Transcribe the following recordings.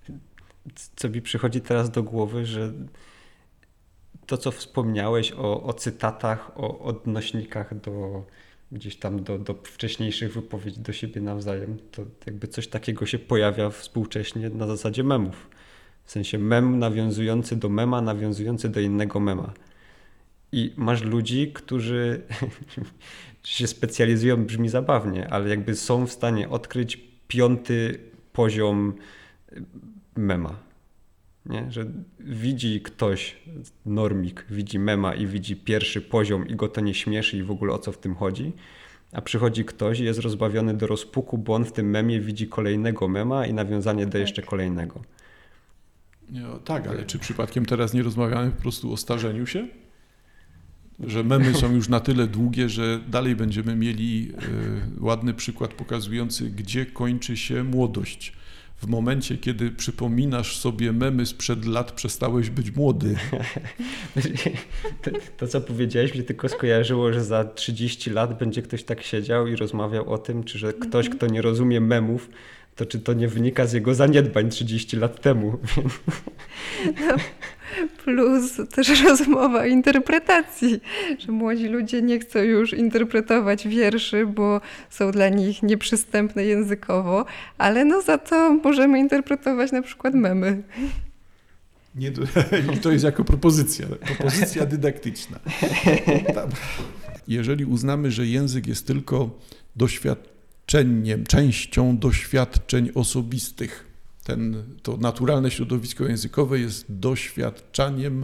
Co mi przychodzi teraz do głowy, że to, co wspomniałeś o cytatach, o odnośnikach do gdzieś tam do wcześniejszych wypowiedzi do siebie nawzajem, to jakby coś takiego się pojawia współcześnie na zasadzie memów. W sensie mem nawiązujący do mema, nawiązujący do innego mema. I masz ludzi, którzy się specjalizują, brzmi zabawnie, ale jakby są w stanie odkryć 5. poziom mema. Nie? Że widzi ktoś, normik, widzi mema i widzi 1. poziom i go to nie śmieszy i w ogóle o co w tym chodzi, a przychodzi ktoś i jest rozbawiony do rozpuku, bo on w tym memie widzi kolejnego mema i nawiązanie do jeszcze kolejnego. No, tak, ale czy przypadkiem teraz nie rozmawiamy po prostu o starzeniu się? Że memy są już na tyle długie, że dalej będziemy mieli ładny przykład pokazujący, gdzie kończy się młodość. W momencie, kiedy przypominasz sobie memy sprzed lat, przestałeś być młody. To, co powiedziałeś, mnie tylko skojarzyło, że za 30 lat będzie ktoś tak siedział i rozmawiał o tym, czy że ktoś, kto nie rozumie memów, to czy to nie wynika z jego zaniedbań 30 lat temu. No, plus też rozmowa o interpretacji, że młodzi ludzie nie chcą już interpretować wierszy, bo są dla nich nieprzystępne językowo, ale no za to możemy interpretować na przykład memy. Nie, to jest jako propozycja dydaktyczna. Jeżeli uznamy, że język jest tylko częścią doświadczeń osobistych, to naturalne środowisko językowe jest doświadczaniem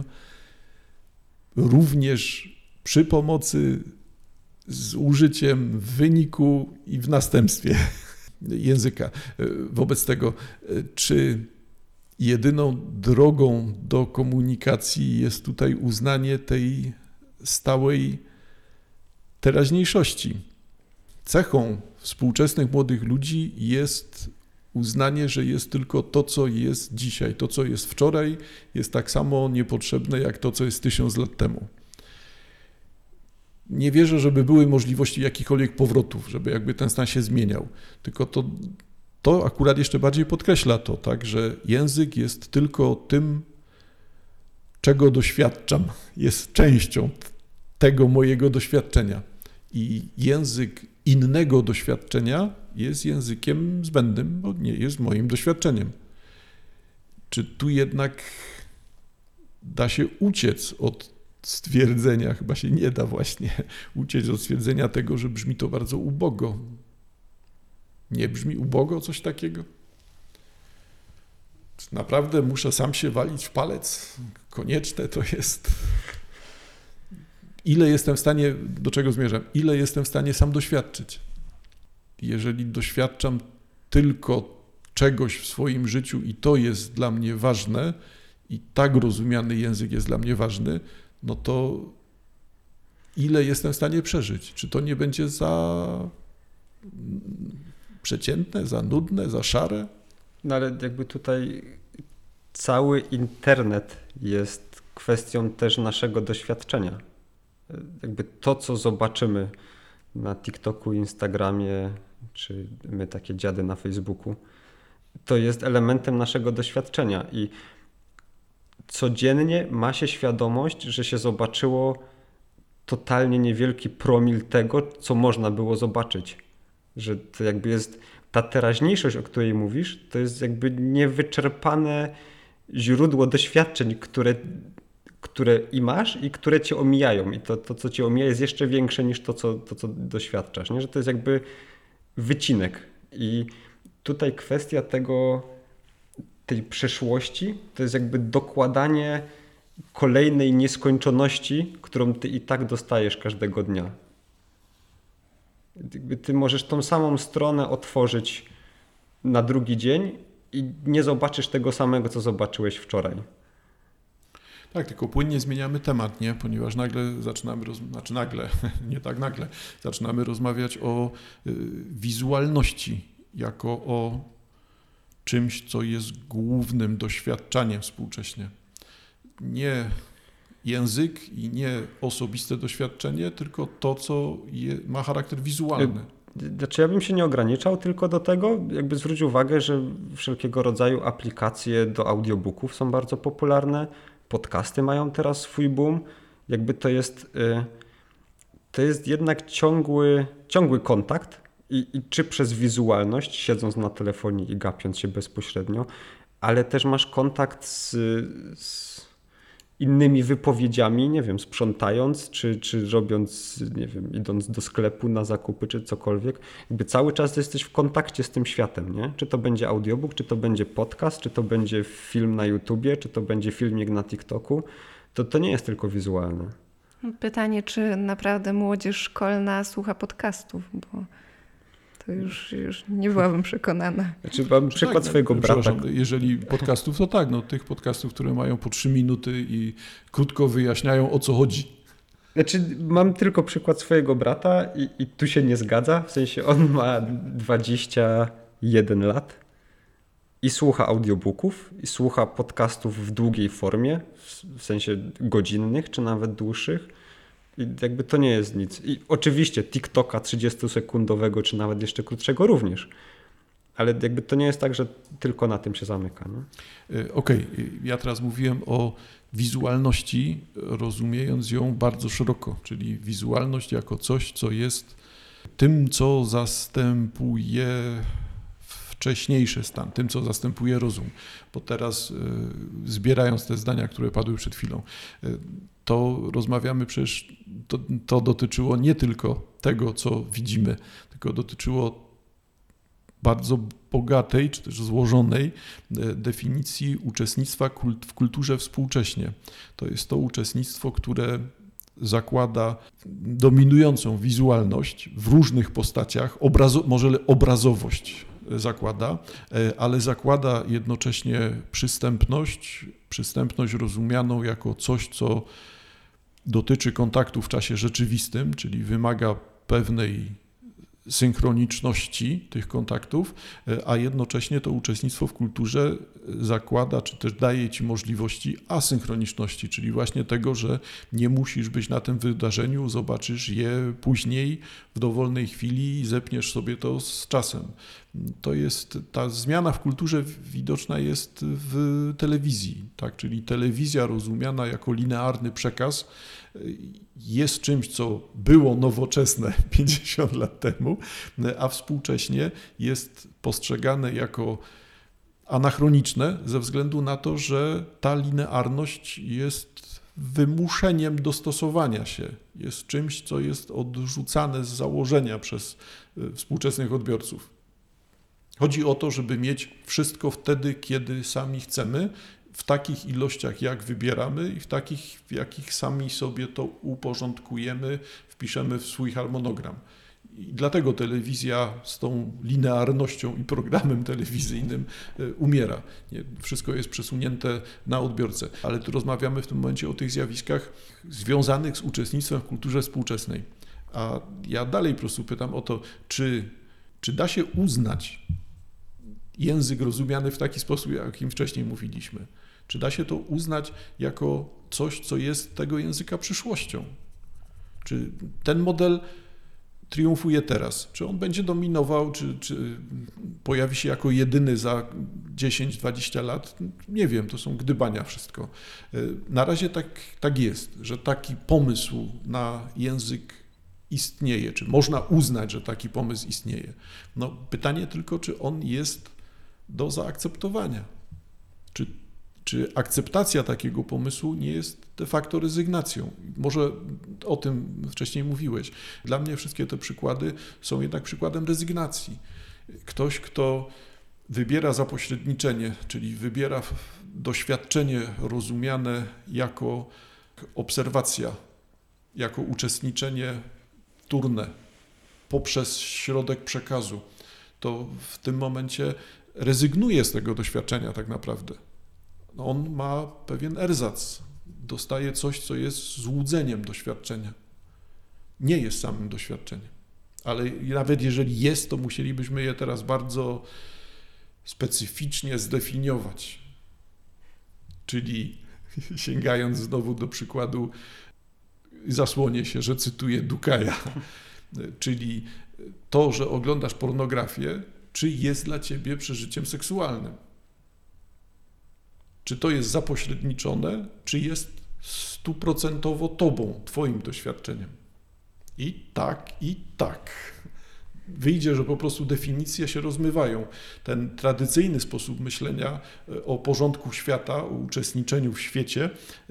również przy pomocy, z użyciem, w wyniku i w następstwie języka. Wobec tego, czy jedyną drogą do komunikacji jest tutaj uznanie tej stałej teraźniejszości? Cechą współczesnych młodych ludzi jest uznanie, że jest tylko to, co jest dzisiaj. To, co jest wczoraj, jest tak samo niepotrzebne, jak to, co jest 1000 lat temu. Nie wierzę, żeby były możliwości jakichkolwiek powrotów, żeby jakby ten stan się zmieniał. Tylko to akurat jeszcze bardziej podkreśla to, tak, że język jest tylko tym, czego doświadczam. Jest częścią tego mojego doświadczenia. I język innego doświadczenia jest językiem zbędnym, bo nie jest moim doświadczeniem. Czy tu jednak da się uciec od stwierdzenia, chyba się nie da właśnie uciec od stwierdzenia tego, że brzmi to bardzo ubogo. Nie brzmi ubogo coś takiego? Czy naprawdę muszę sam się walić w palec? Konieczne to jest. Ile jestem w stanie, do czego zmierzam? Ile jestem w stanie sam doświadczyć? Jeżeli doświadczam tylko czegoś w swoim życiu i to jest dla mnie ważne i tak rozumiany język jest dla mnie ważny, no to ile jestem w stanie przeżyć? Czy to nie będzie za przeciętne, za nudne, za szare? No ale jakby tutaj cały internet jest kwestią też naszego doświadczenia. Jakby to, co zobaczymy na TikToku, Instagramie, czy my takie dziady na Facebooku, to jest elementem naszego doświadczenia i codziennie ma się świadomość, że się zobaczyło totalnie niewielki promil tego, co można było zobaczyć. Że to jakby jest ta teraźniejszość, o której mówisz, to jest jakby niewyczerpane źródło doświadczeń, które i masz i które cię omijają. I to, co cię omija, jest jeszcze większe niż to, co doświadczasz. Nie? Że to jest jakby wycinek. I tutaj kwestia tej przeszłości, to jest jakby dokładanie kolejnej nieskończoności, którą ty i tak dostajesz każdego dnia. Jakby ty możesz tą samą stronę otworzyć na drugi dzień i nie zobaczysz tego samego, co zobaczyłeś wczoraj. Tak, tylko płynnie zmieniamy temat, nie? Ponieważ nagle zaczynamy rozmawiać o wizualności jako o czymś, co jest głównym doświadczaniem współcześnie. Nie język i nie osobiste doświadczenie, tylko to, co ma charakter wizualny. Znaczy ja bym się nie ograniczał tylko do tego, jakby zwróć uwagę, że wszelkiego rodzaju aplikacje do audiobooków są bardzo popularne, podcasty mają teraz swój boom, jakby to jest jednak ciągły kontakt i czy przez wizualność, siedząc na telefonie i gapiąc się bezpośrednio, ale też masz kontakt z innymi wypowiedziami, nie wiem, sprzątając, czy robiąc, nie wiem, idąc do sklepu na zakupy, czy cokolwiek. Jakby cały czas jesteś w kontakcie z tym światem, nie? Czy to będzie audiobook, czy to będzie podcast, czy to będzie film na YouTubie, czy to będzie filmik na TikToku. To nie jest tylko wizualne. Pytanie, czy naprawdę młodzież szkolna słucha podcastów, bo to już nie byłabym przekonana. Znaczy mam przykład swojego brata. Jeżeli podcastów, to tak, no, tych podcastów, które mają po 3 minuty i krótko wyjaśniają, o co chodzi. Znaczy mam tylko przykład swojego brata i tu się nie zgadza, w sensie on ma 21 lat i słucha audiobooków i słucha podcastów w długiej formie, w sensie godzinnych czy nawet dłuższych. I jakby to nie jest nic. I oczywiście TikToka 30-sekundowego, czy nawet jeszcze krótszego również. Ale jakby to nie jest tak, że tylko na tym się zamyka. Okej, ja teraz mówiłem o wizualności, rozumiejąc ją bardzo szeroko, czyli wizualność jako coś, co jest tym, co zastępuje wcześniejszy stan, tym, co zastępuje rozum. Bo teraz, zbierając te zdania, które padły przed chwilą, to rozmawiamy przecież, to dotyczyło nie tylko tego, co widzimy, tylko dotyczyło bardzo bogatej, czy też złożonej definicji uczestnictwa w kulturze współcześnie. To jest to uczestnictwo, które zakłada dominującą wizualność w różnych postaciach, może obrazowość zakłada, ale zakłada jednocześnie przystępność rozumianą jako coś, co dotyczy kontaktu w czasie rzeczywistym, czyli wymaga pewnej synchroniczności tych kontaktów, a jednocześnie to uczestnictwo w kulturze zakłada, czy też daje ci możliwości asynchroniczności, czyli właśnie tego, że nie musisz być na tym wydarzeniu, zobaczysz je później w dowolnej chwili i zepniesz sobie to z czasem. To jest, ta zmiana w kulturze widoczna jest w telewizji, tak? Czyli telewizja rozumiana jako linearny przekaz jest czymś, co było nowoczesne 50 lat temu, a współcześnie jest postrzegane jako anachroniczne ze względu na to, że ta linearność jest wymuszeniem dostosowania się, jest czymś, co jest odrzucane z założenia przez współczesnych odbiorców. Chodzi o to, żeby mieć wszystko wtedy, kiedy sami chcemy, w takich ilościach, jak wybieramy i w takich, w jakich sami sobie to uporządkujemy, wpiszemy w swój harmonogram. I dlatego telewizja z tą linearnością i programem telewizyjnym umiera. Wszystko jest przesunięte na odbiorcę. Ale tu rozmawiamy w tym momencie o tych zjawiskach związanych z uczestnictwem w kulturze współczesnej. A ja dalej po prostu pytam o to, czy da się uznać język rozumiany w taki sposób, jakim wcześniej mówiliśmy? Czy da się to uznać jako coś, co jest tego języka przyszłością? Czy ten model triumfuje teraz? Czy on będzie dominował, czy pojawi się jako jedyny za 10-20 lat? Nie wiem, to są gdybania wszystko. Na razie tak jest, że taki pomysł na język istnieje, czy można uznać, że taki pomysł istnieje. No, pytanie tylko, czy on jest do zaakceptowania. Czy akceptacja takiego pomysłu nie jest de facto rezygnacją? Może o tym wcześniej mówiłeś. Dla mnie wszystkie te przykłady są jednak przykładem rezygnacji. Ktoś, kto wybiera zapośredniczenie, czyli wybiera doświadczenie rozumiane jako obserwacja, jako uczestniczenie wtórne poprzez środek przekazu, to w tym momencie rezygnuje z tego doświadczenia tak naprawdę. On ma pewien erzac, dostaje coś, co jest złudzeniem doświadczenia. Nie jest samym doświadczeniem. Ale nawet jeżeli jest, to musielibyśmy je teraz bardzo specyficznie zdefiniować. Czyli sięgając znowu do przykładu, zasłonię się, że cytuję Dukaja, czyli to, że oglądasz pornografię, czy jest dla ciebie przeżyciem seksualnym. Czy to jest zapośredniczone, czy jest 100% tobą, twoim doświadczeniem. I tak. Wyjdzie, że po prostu definicje się rozmywają. Ten tradycyjny sposób myślenia o porządku świata, o uczestniczeniu w świecie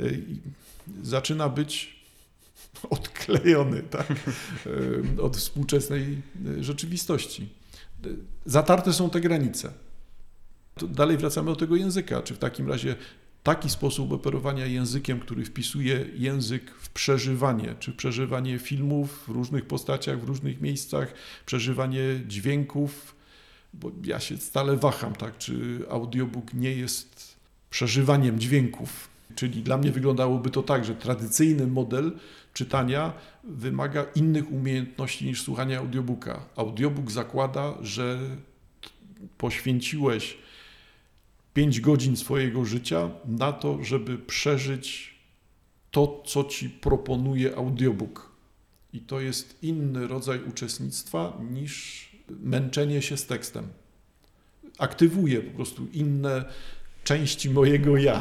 zaczyna być odklejony, tak, od współczesnej rzeczywistości. Zatarte są te granice. To dalej wracamy do tego języka. Czy w takim razie taki sposób operowania językiem, który wpisuje język w przeżywanie, czy przeżywanie filmów w różnych postaciach, w różnych miejscach, przeżywanie dźwięków, bo ja się stale waham, tak, czy audiobook nie jest przeżywaniem dźwięków. Czyli dla mnie wyglądałoby to tak, że tradycyjny model czytania wymaga innych umiejętności niż słuchania audiobooka. Audiobook zakłada, że poświęciłeś 5 godzin swojego życia na to, żeby przeżyć to, co ci proponuje audiobook. I to jest inny rodzaj uczestnictwa niż męczenie się z tekstem. Aktywuje po prostu inne części mojego ja.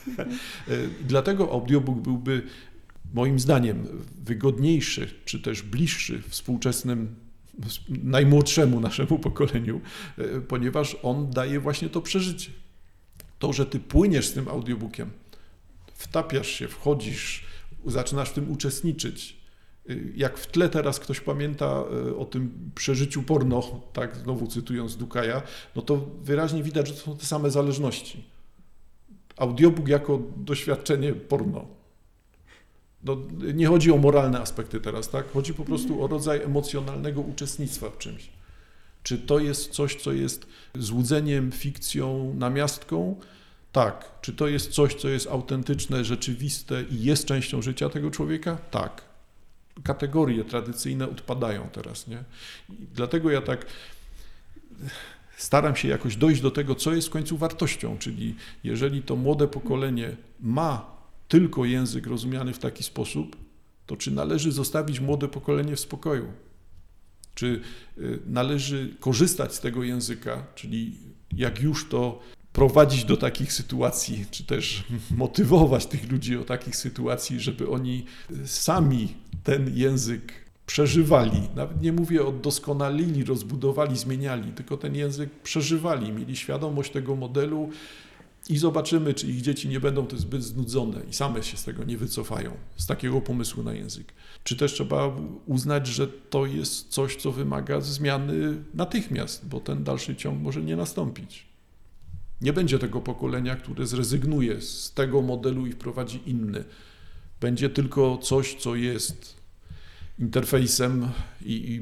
Dlatego audiobook byłby moim zdaniem wygodniejszy, czy też bliższy współczesnym, najmłodszemu naszemu pokoleniu, ponieważ on daje właśnie to przeżycie. To, że ty płyniesz z tym audiobookiem, wtapiasz się, wchodzisz, zaczynasz w tym uczestniczyć. Jak w tle teraz ktoś pamięta o tym przeżyciu porno, tak znowu cytując Dukaja, no to wyraźnie widać, że to są te same zależności. Audiobook jako doświadczenie porno. No, nie chodzi o moralne aspekty teraz, tak? Chodzi po prostu o rodzaj emocjonalnego uczestnictwa w czymś. Czy to jest coś, co jest złudzeniem, fikcją, namiastką? Tak. Czy to jest coś, co jest autentyczne, rzeczywiste i jest częścią życia tego człowieka? Tak. Kategorie tradycyjne odpadają teraz, nie? I dlatego ja tak staram się jakoś dojść do tego, co jest w końcu wartością, czyli jeżeli to młode pokolenie ma tylko język rozumiany w taki sposób, to czy należy zostawić młode pokolenie w spokoju? Czy należy korzystać z tego języka, czyli jak już to prowadzić do takich sytuacji, czy też motywować tych ludzi do takich sytuacji, żeby oni sami ten język przeżywali. Nawet nie mówię o doskonalili, rozbudowali, zmieniali, tylko ten język przeżywali, mieli świadomość tego modelu i zobaczymy, czy ich dzieci nie będą to zbyt znudzone i same się z tego nie wycofają, z takiego pomysłu na język. Czy też trzeba uznać, że to jest coś, co wymaga zmiany natychmiast, bo ten dalszy ciąg może nie nastąpić. Nie będzie tego pokolenia, które zrezygnuje z tego modelu i wprowadzi inny. Będzie tylko coś, co jest interfejsem i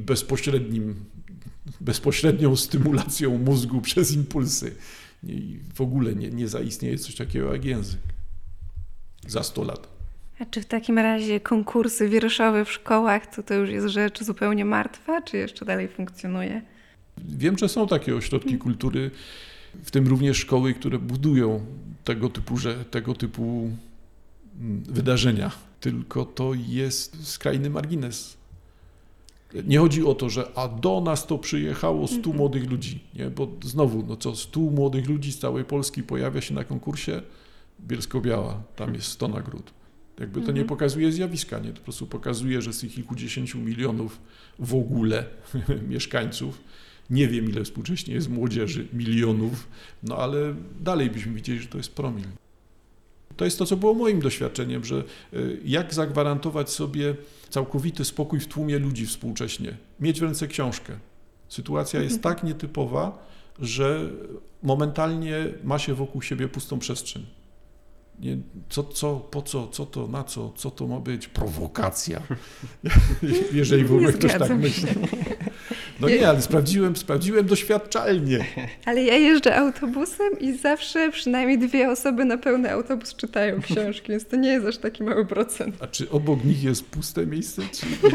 bezpośrednią stymulacją mózgu przez impulsy. I w ogóle nie zaistnieje coś takiego jak język za 100 lat. A czy w takim razie konkursy wierszowe w szkołach to już jest rzecz zupełnie martwa, czy jeszcze dalej funkcjonuje? Wiem, że są takie ośrodki kultury, w tym również szkoły, które budują tego typu wydarzenia. Tylko to jest skrajny margines. Nie chodzi o to, że do nas to przyjechało 100 młodych ludzi, nie? Bo znowu, 100 młodych ludzi z całej Polski pojawia się na konkursie Bielsko-Biała, tam jest 100 nagród. Jakby to nie pokazuje zjawiska, nie? To po prostu pokazuje, że z tych kilkudziesięciu milionów w ogóle mieszkańców, nie wiem ile współcześnie jest młodzieży, milionów, ale dalej byśmy widzieli, że to jest promil. To jest to, co było moim doświadczeniem, że jak zagwarantować sobie całkowity spokój w tłumie ludzi współcześnie. Mieć w ręce książkę. Sytuacja jest tak nietypowa, że momentalnie ma się wokół siebie pustą przestrzeń. Nie, po co, co to, na co to ma być? Prowokacja. Jeżeli w ogóle ktoś tak myśli. No nie, ale sprawdziłem doświadczalnie. Ale ja jeżdżę autobusem i zawsze przynajmniej 2 osoby na pełny autobus czytają książki, więc to nie jest aż taki mały procent. A czy obok nich jest puste miejsce, czy nie?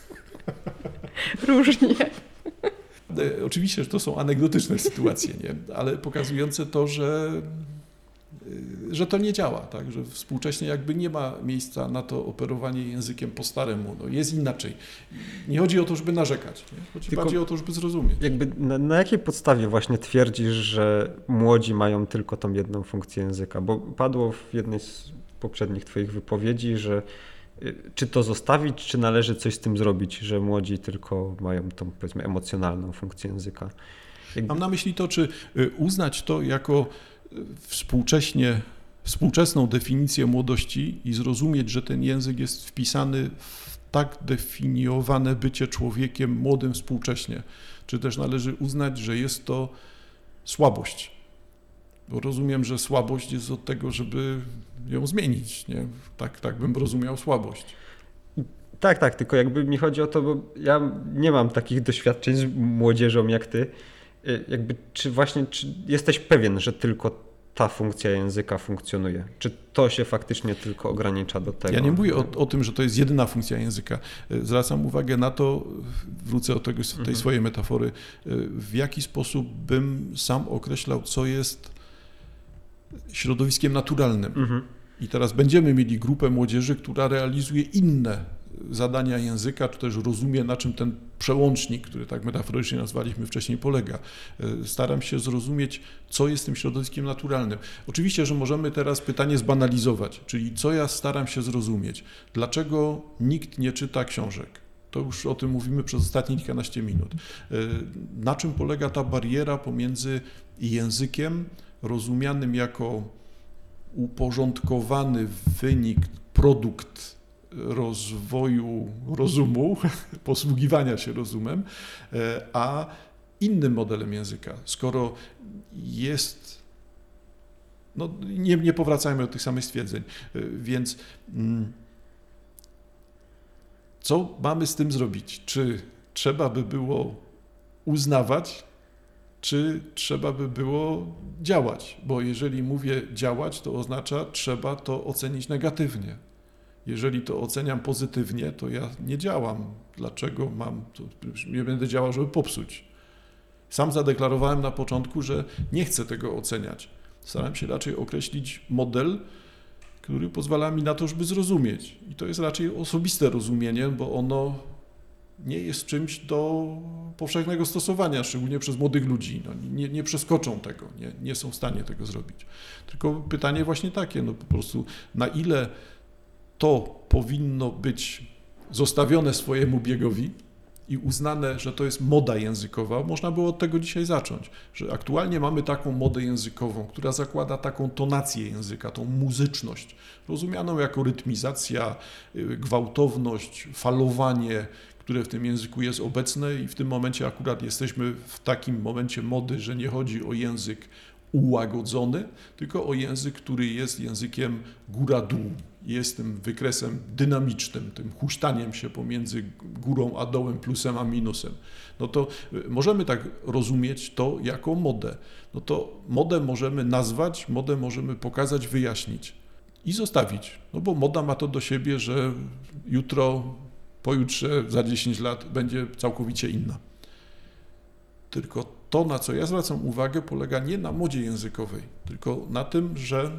Różnie. Oczywiście, że to są anegdotyczne sytuacje, nie? Ale pokazujące to, że że to nie działa, tak? Że współcześnie jakby nie ma miejsca na to operowanie językiem po staremu. No, jest inaczej. Nie chodzi o to, żeby narzekać, nie? Chodzi Tylko bardziej o to, żeby zrozumieć. Jakby na jakiej podstawie właśnie twierdzisz, że młodzi mają tylko tą jedną funkcję języka? Bo padło w jednej z poprzednich twoich wypowiedzi, że czy to zostawić, czy należy coś z tym zrobić, że młodzi tylko mają tą, powiedzmy, emocjonalną funkcję języka. Mam na myśli to, czy uznać to jako współczesną definicję młodości i zrozumieć, że ten język jest wpisany w tak definiowane bycie człowiekiem młodym współcześnie. Czy też należy uznać, że jest to słabość. Bo rozumiem, że słabość jest od tego, żeby ją zmienić. Nie? Tak bym rozumiał słabość. Tak, tylko jakby mi chodzi o to, bo ja nie mam takich doświadczeń z młodzieżą jak ty. Jakby czy jesteś pewien, że tylko ta funkcja języka funkcjonuje? Czy to się faktycznie tylko ogranicza do tego? Ja nie mówię o tym, że to jest jedyna funkcja języka. Zwracam uwagę na to, wrócę do tej swojej metafory, w jaki sposób bym sam określał, co jest środowiskiem naturalnym. I teraz będziemy mieli grupę młodzieży, która realizuje inne zadania języka, czy też rozumie, na czym ten przełącznik, który tak metaforycznie nazwaliśmy wcześniej, polega. Staram się zrozumieć, co jest tym środowiskiem naturalnym. Oczywiście, że możemy teraz pytanie zbanalizować, czyli co ja staram się zrozumieć. Dlaczego nikt nie czyta książek? To już o tym mówimy przez ostatnie kilkanaście minut. Na czym polega ta bariera pomiędzy językiem rozumianym jako uporządkowany wynik, produkt rozwoju rozumu, posługiwania się rozumem, a innym modelem języka. Skoro jest, no nie powracajmy do tych samych stwierdzeń, więc co mamy z tym zrobić? Czy trzeba by było uznawać, czy trzeba by było działać? Bo jeżeli mówię działać, to oznacza, trzeba to ocenić negatywnie. Jeżeli to oceniam pozytywnie, to ja nie działam. Dlaczego nie będę działał, żeby popsuć? Sam zadeklarowałem na początku, że nie chcę tego oceniać. Staram się raczej określić model, który pozwala mi na to, żeby zrozumieć. I to jest raczej osobiste rozumienie, bo ono nie jest czymś do powszechnego stosowania, szczególnie przez młodych ludzi. No, nie przeskoczą tego, nie są w stanie tego zrobić. Tylko pytanie właśnie takie, no po prostu na ile to powinno być zostawione swojemu biegowi i uznane, że to jest moda językowa. Można było od tego dzisiaj zacząć, że aktualnie mamy taką modę językową, która zakłada taką tonację języka, tą muzyczność, rozumianą jako rytmizacja, gwałtowność, falowanie, które w tym języku jest obecne i w tym momencie akurat jesteśmy w takim momencie mody, że nie chodzi o język ułagodzony, tylko o język, który jest językiem góra-dół, jest tym wykresem dynamicznym, tym huśtaniem się pomiędzy górą a dołem, plusem a minusem. No to możemy tak rozumieć to jako modę. No to modę możemy nazwać, modę możemy pokazać, wyjaśnić i zostawić. No bo moda ma to do siebie, że jutro, pojutrze, za 10 lat będzie całkowicie inna. Tylko to, na co ja zwracam uwagę, polega nie na modzie językowej, tylko na tym, że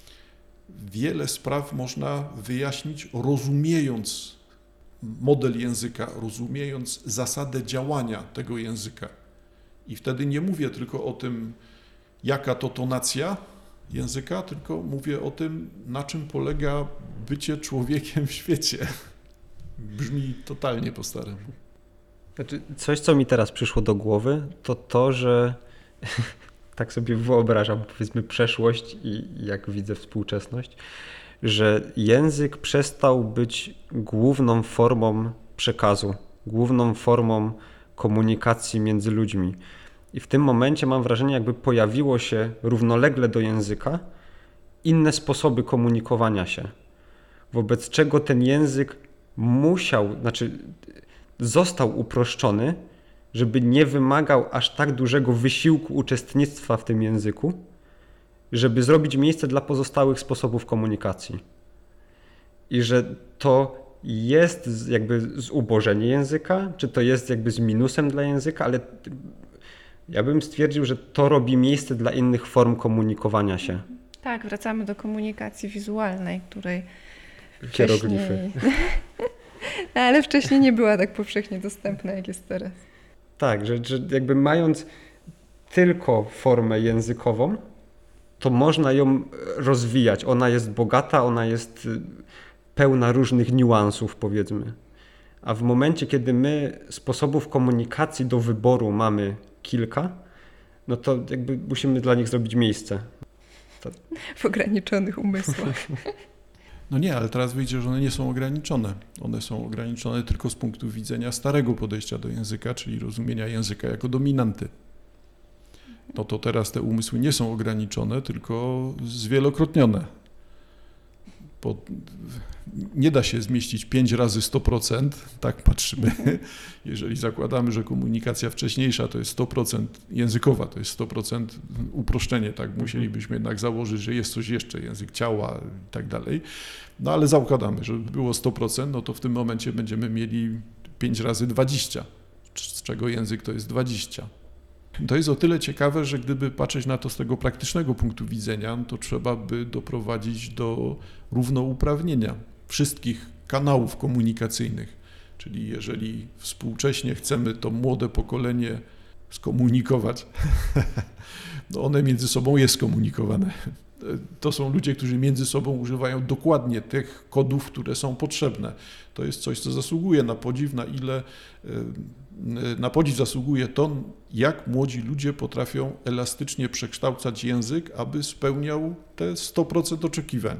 wiele spraw można wyjaśnić, rozumiejąc model języka, rozumiejąc zasadę działania tego języka. I wtedy nie mówię tylko o tym, jaka to tonacja języka, tylko mówię o tym, na czym polega bycie człowiekiem w świecie. Brzmi totalnie po staremu. Znaczy, coś, co mi teraz przyszło do głowy, to, że tak sobie wyobrażam, powiedzmy, przeszłość i jak widzę współczesność, że język przestał być główną formą przekazu, główną formą komunikacji między ludźmi. I w tym momencie mam wrażenie, jakby pojawiło się równolegle do języka inne sposoby komunikowania się, wobec czego ten język został uproszczony, żeby nie wymagał aż tak dużego wysiłku uczestnictwa w tym języku, żeby zrobić miejsce dla pozostałych sposobów komunikacji. I że to jest jakby zubożenie języka, czy to jest jakby z minusem dla języka, ale ja bym stwierdził, że to robi miejsce dla innych form komunikowania się. Tak, wracamy do komunikacji wizualnej, której Hieroglify. No, ale wcześniej nie była tak powszechnie dostępna, jak jest teraz. Tak, że jakby mając tylko formę językową, to można ją rozwijać. Ona jest bogata, ona jest pełna różnych niuansów, powiedzmy. A w momencie, kiedy my sposobów komunikacji do wyboru mamy kilka, no to jakby musimy dla nich zrobić miejsce. W ograniczonych umysłach. No nie, ale teraz wyjdzie, że one nie są ograniczone. One są ograniczone tylko z punktu widzenia starego podejścia do języka, czyli rozumienia języka jako dominanty. No to teraz te umysły nie są ograniczone, tylko zwielokrotnione. Bo nie da się zmieścić 5 razy 100%, tak patrzymy. Jeżeli zakładamy, że komunikacja wcześniejsza to jest 100% językowa, to jest 100% uproszczenie, tak musielibyśmy jednak założyć, że jest coś jeszcze, język ciała i tak dalej. No ale zakładamy, że było 100%, no to w tym momencie będziemy mieli 5 razy 20, z czego język to jest 20. To jest o tyle ciekawe, że gdyby patrzeć na to z tego praktycznego punktu widzenia, to trzeba by doprowadzić do równouprawnienia wszystkich kanałów komunikacyjnych. Czyli jeżeli współcześnie chcemy to młode pokolenie skomunikować, no one między sobą jest skomunikowane. To są ludzie, którzy między sobą używają dokładnie tych kodów, które są potrzebne. To jest coś, co zasługuje na podziw, na podziw zasługuje to, jak młodzi ludzie potrafią elastycznie przekształcać język, aby spełniał te 100% oczekiwań.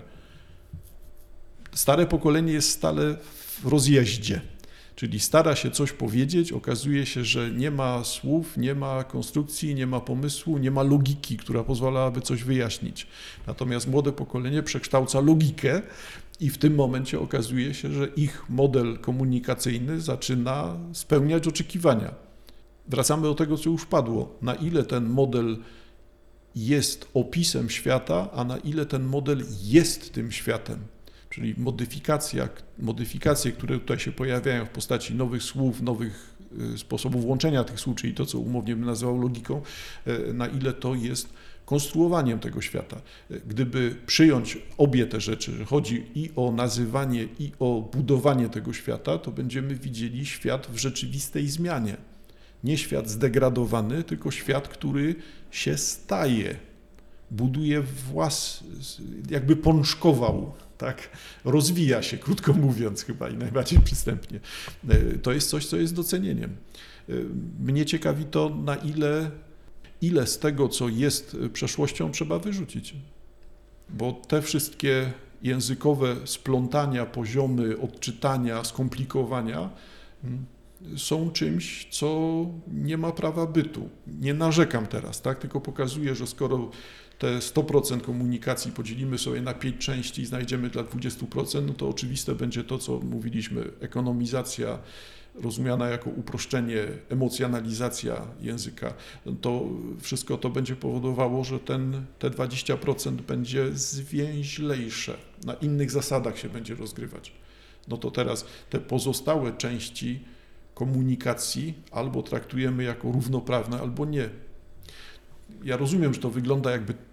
Stare pokolenie jest stale w rozjeździe, czyli stara się coś powiedzieć, okazuje się, że nie ma słów, nie ma konstrukcji, nie ma pomysłu, nie ma logiki, która pozwalałaby coś wyjaśnić. Natomiast młode pokolenie przekształca logikę i w tym momencie okazuje się, że ich model komunikacyjny zaczyna spełniać oczekiwania. Wracamy do tego, co już padło. Na ile ten model jest opisem świata, a na ile ten model jest tym światem. Czyli modyfikacje, które tutaj się pojawiają w postaci nowych słów, nowych sposobów łączenia tych słów, czyli to, co umownie bym nazwał logiką, na ile to jest konstruowaniem tego świata. Gdyby przyjąć obie te rzeczy, że chodzi i o nazywanie, i o budowanie tego świata, to będziemy widzieli świat w rzeczywistej zmianie. Nie świat zdegradowany, tylko świat, który się staje, buduje jakby pączkował, tak? Rozwija się, krótko mówiąc, chyba i najbardziej przystępnie. To jest coś, co jest docenieniem. Mnie ciekawi to, na ile z tego, co jest przeszłością, trzeba wyrzucić. Bo te wszystkie językowe splątania, poziomy odczytania, skomplikowania są czymś, co nie ma prawa bytu. Nie narzekam teraz, tak? Tylko pokazuję, że skoro te 100% komunikacji podzielimy sobie na 5 części i znajdziemy dla 20%, no to oczywiste będzie to, co mówiliśmy, ekonomizacja rozumiana jako uproszczenie, emocjonalizacja języka. To wszystko to będzie powodowało, że te 20% będzie zwięźlejsze, na innych zasadach się będzie rozgrywać. No to teraz te pozostałe części komunikacji albo traktujemy jako równoprawne, albo nie. Ja rozumiem, że to wygląda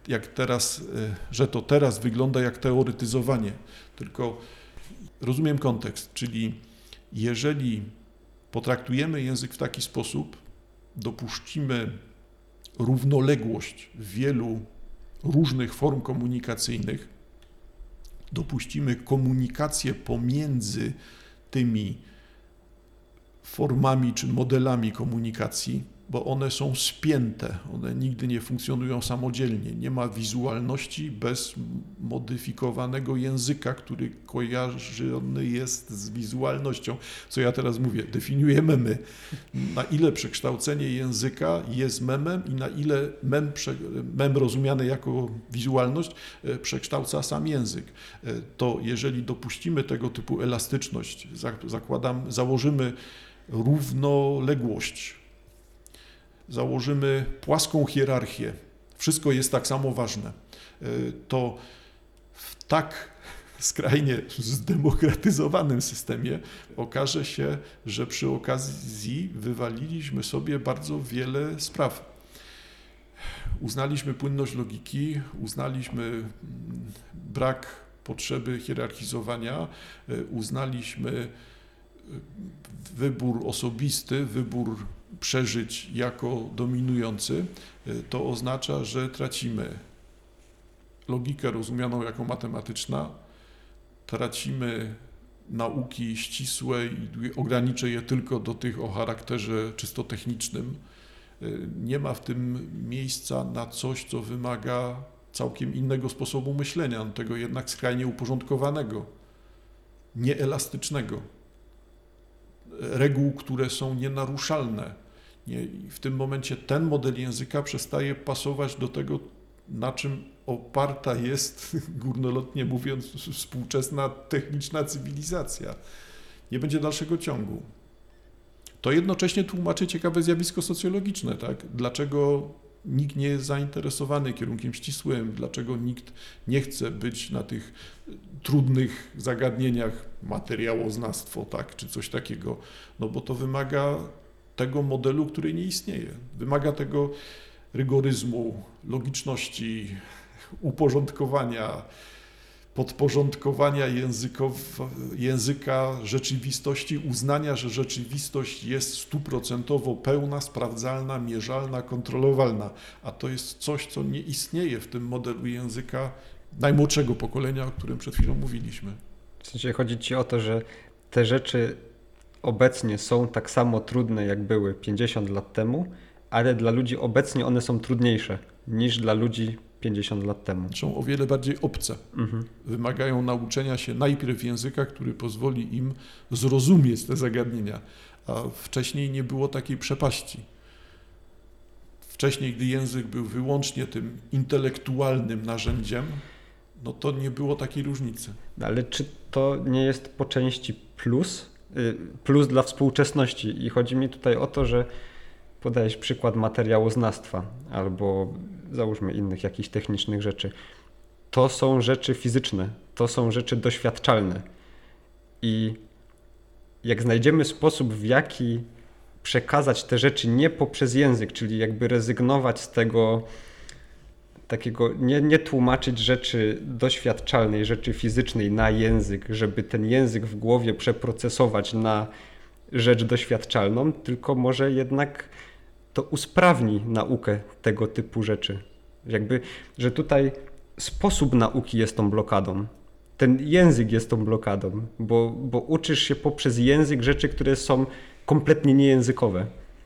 że to teraz wygląda jak teoretyzowanie, tylko rozumiem kontekst, czyli jeżeli potraktujemy język w taki sposób, dopuścimy równoległość wielu różnych form komunikacyjnych, dopuścimy komunikację pomiędzy tymi formami czy modelami komunikacji, bo one są spięte, one nigdy nie funkcjonują samodzielnie. Nie ma wizualności bez modyfikowanego języka, który kojarzony jest z wizualnością. Co ja teraz mówię? Definiuję memy. Na ile przekształcenie języka jest memem i na ile mem rozumiany jako wizualność przekształca sam język. To jeżeli dopuścimy tego typu elastyczność, założymy równoległość, założymy płaską hierarchię, wszystko jest tak samo ważne, to w tak skrajnie zdemokratyzowanym systemie okaże się, że przy okazji wywaliliśmy sobie bardzo wiele spraw. Uznaliśmy płynność logiki, uznaliśmy brak potrzeby hierarchizowania, uznaliśmy wybór osobisty, wybór przeżyć jako dominujący. To oznacza, że tracimy logikę rozumianą jako matematyczna, tracimy nauki ścisłe i ograniczę je tylko do tych o charakterze czysto technicznym. Nie ma w tym miejsca na coś, co wymaga całkiem innego sposobu myślenia, tego jednak skrajnie uporządkowanego, nieelastycznego, reguł, które są nienaruszalne. W tym momencie ten model języka przestaje pasować do tego, na czym oparta jest, górnolotnie mówiąc, współczesna techniczna cywilizacja. Nie będzie dalszego ciągu. To jednocześnie tłumaczy ciekawe zjawisko socjologiczne, tak? Dlaczego nikt nie jest zainteresowany kierunkiem ścisłym, dlaczego nikt nie chce być na tych trudnych zagadnieniach, materiałoznawstwo, tak, czy coś takiego, no bo to wymaga tego modelu, który nie istnieje. Wymaga tego rygoryzmu, logiczności, uporządkowania, podporządkowania języka rzeczywistości, uznania, że rzeczywistość jest 100% pełna, sprawdzalna, mierzalna, kontrolowalna, a to jest coś, co nie istnieje w tym modelu języka najmłodszego pokolenia, o którym przed chwilą mówiliśmy. W sensie chodzi ci o to, że te rzeczy obecnie są tak samo trudne, jak były 50 lat temu, ale dla ludzi obecnie one są trudniejsze niż dla ludzi 50 lat temu. Są o wiele bardziej obce. Wymagają nauczenia się najpierw języka, który pozwoli im zrozumieć te zagadnienia, a wcześniej nie było takiej przepaści. Wcześniej, gdy język był wyłącznie tym intelektualnym narzędziem, no to nie było takiej różnicy. Ale czy to nie jest po części plus dla współczesności? I chodzi mi tutaj o to, że podajesz przykład materiałoznawstwa albo załóżmy innych jakichś technicznych rzeczy. To są rzeczy fizyczne, to są rzeczy doświadczalne. I jak znajdziemy sposób, w jaki przekazać te rzeczy nie poprzez język, czyli jakby rezygnować z tego takiego, nie tłumaczyć rzeczy doświadczalnej, rzeczy fizycznej na język, żeby ten język w głowie przeprocesować na rzecz doświadczalną, tylko może jednak to usprawni naukę tego typu rzeczy. Jakby, że tutaj sposób nauki jest tą blokadą. Ten język jest tą blokadą, bo uczysz się poprzez język rzeczy, które są kompletnie niejęzykowe.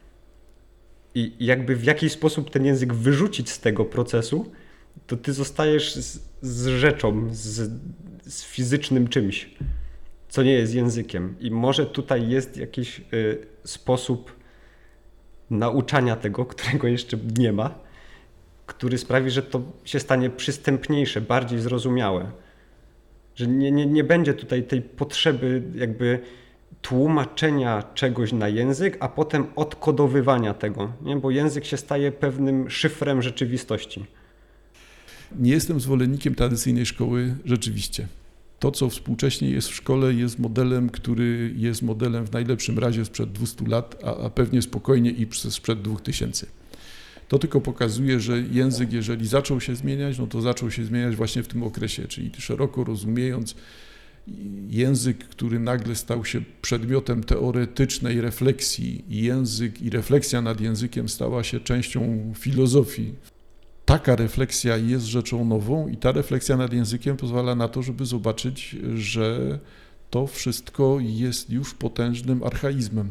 I jakby w jakiś sposób ten język wyrzucić z tego procesu, to ty zostajesz z rzeczą, z fizycznym czymś, co nie jest językiem. I może tutaj jest jakiś sposób nauczania tego, którego jeszcze nie ma, który sprawi, że to się stanie przystępniejsze, bardziej zrozumiałe. Że nie będzie tutaj tej potrzeby jakby tłumaczenia czegoś na język, a potem odkodowywania tego, nie? Bo język się staje pewnym szyfrem rzeczywistości. Nie jestem zwolennikiem tradycyjnej szkoły rzeczywiście. To, co współcześnie jest w szkole, jest modelem, który jest modelem w najlepszym razie sprzed 200 lat, a pewnie spokojnie i sprzed 2000. To tylko pokazuje, że język, jeżeli zaczął się zmieniać, no to zaczął się zmieniać właśnie w tym okresie, czyli szeroko rozumiejąc język, który nagle stał się przedmiotem teoretycznej refleksji, język i refleksja nad językiem stała się częścią filozofii. Taka refleksja jest rzeczą nową i ta refleksja nad językiem pozwala na to, żeby zobaczyć, że to wszystko jest już potężnym archaizmem.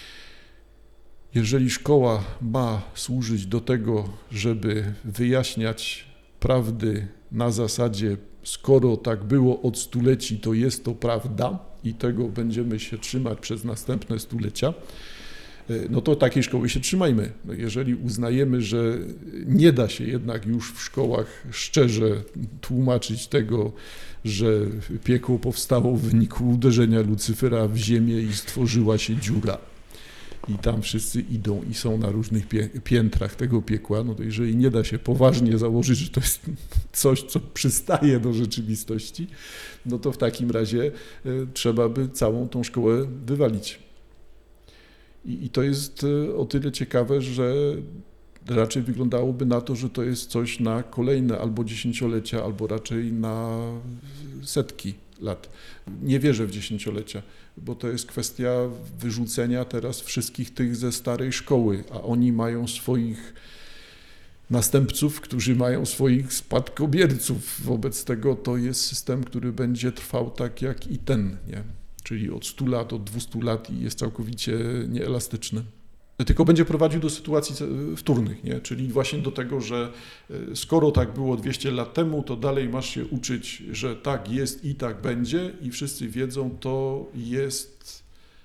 Jeżeli szkoła ma służyć do tego, żeby wyjaśniać prawdy na zasadzie, skoro tak było od stuleci, to jest to prawda i tego będziemy się trzymać przez następne stulecia, no to takiej szkoły się trzymajmy. No jeżeli uznajemy, że nie da się jednak już w szkołach szczerze tłumaczyć tego, że piekło powstało w wyniku uderzenia Lucyfera w ziemię i stworzyła się dziura i tam wszyscy idą i są na różnych piętrach tego piekła, no to jeżeli nie da się poważnie założyć, że to jest coś, co przystaje do rzeczywistości, no to w takim razie trzeba by całą tą szkołę wywalić. I to jest o tyle ciekawe, że Raczej wyglądałoby na to, że to jest coś na kolejne albo dziesięciolecia, albo raczej na setki lat. Nie wierzę w dziesięciolecia, bo to jest kwestia wyrzucenia teraz wszystkich tych ze starej szkoły, a oni mają swoich następców, którzy mają swoich spadkobierców. Wobec tego to jest system, który będzie trwał tak jak i ten, nie? Czyli od 100 lat, od 200 lat i jest całkowicie nieelastyczny. Tylko będzie prowadził do sytuacji wtórnych, nie? Czyli właśnie do tego, że skoro tak było 200 lat temu, to dalej masz się uczyć, że tak jest i tak będzie i wszyscy wiedzą, to jest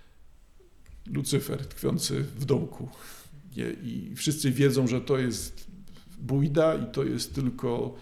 Lucyfer tkwiący w dołku. Nie? I wszyscy wiedzą, że to jest bójda i to jest tylko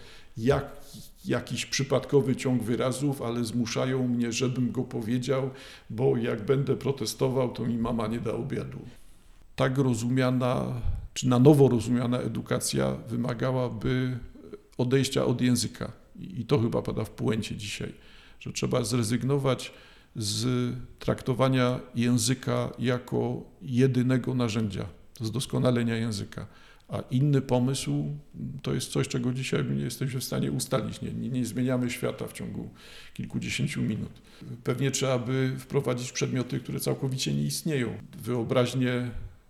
jakiś przypadkowy ciąg wyrazów, ale zmuszają mnie, żebym go powiedział, bo jak będę protestował, to mi mama nie da obiadu. Tak rozumiana, czy na nowo rozumiana edukacja wymagałaby odejścia od języka. I to chyba pada w puencie dzisiaj, że trzeba zrezygnować z traktowania języka jako jedynego narzędzia z doskonalenia języka. A inny pomysł to jest coś, czego dzisiaj nie jesteśmy w stanie ustalić. Nie zmieniamy świata w ciągu kilkudziesięciu minut. Pewnie trzeba by wprowadzić przedmioty, które całkowicie nie istnieją. Wyobraźnię,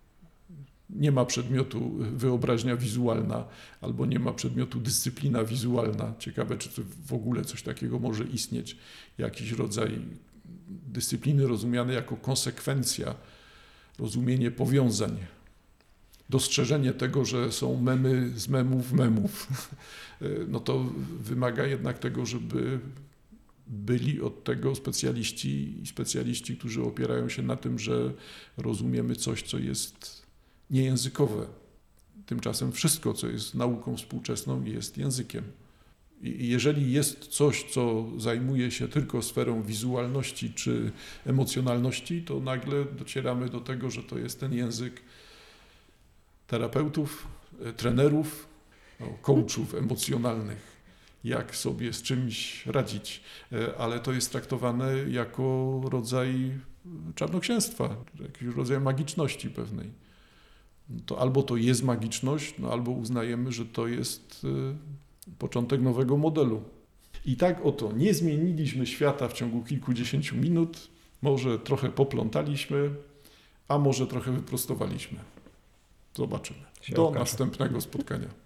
nie ma przedmiotu wyobraźnia wizualna, albo nie ma przedmiotu dyscyplina wizualna. Ciekawe, czy w ogóle coś takiego może istnieć. Jakiś rodzaj dyscypliny rozumiane jako konsekwencja, rozumienie powiązań. Dostrzeżenie tego, że są memy z memów, no to wymaga jednak tego, żeby byli od tego specjaliści, którzy opierają się na tym, że rozumiemy coś, co jest niejęzykowe. Tymczasem wszystko, co jest nauką współczesną, jest językiem. I jeżeli jest coś, co zajmuje się tylko sferą wizualności czy emocjonalności, to nagle docieramy do tego, że to jest ten język terapeutów, trenerów, coachów emocjonalnych, jak sobie z czymś radzić, ale to jest traktowane jako rodzaj czarnoksięstwa, jakiegoś rodzaju magiczności pewnej. To albo to jest magiczność, no albo uznajemy, że to jest początek nowego modelu. I tak oto nie zmieniliśmy świata w ciągu kilkudziesięciu minut, może trochę poplątaliśmy, a może trochę wyprostowaliśmy. Zobaczymy. Do następnego spotkania.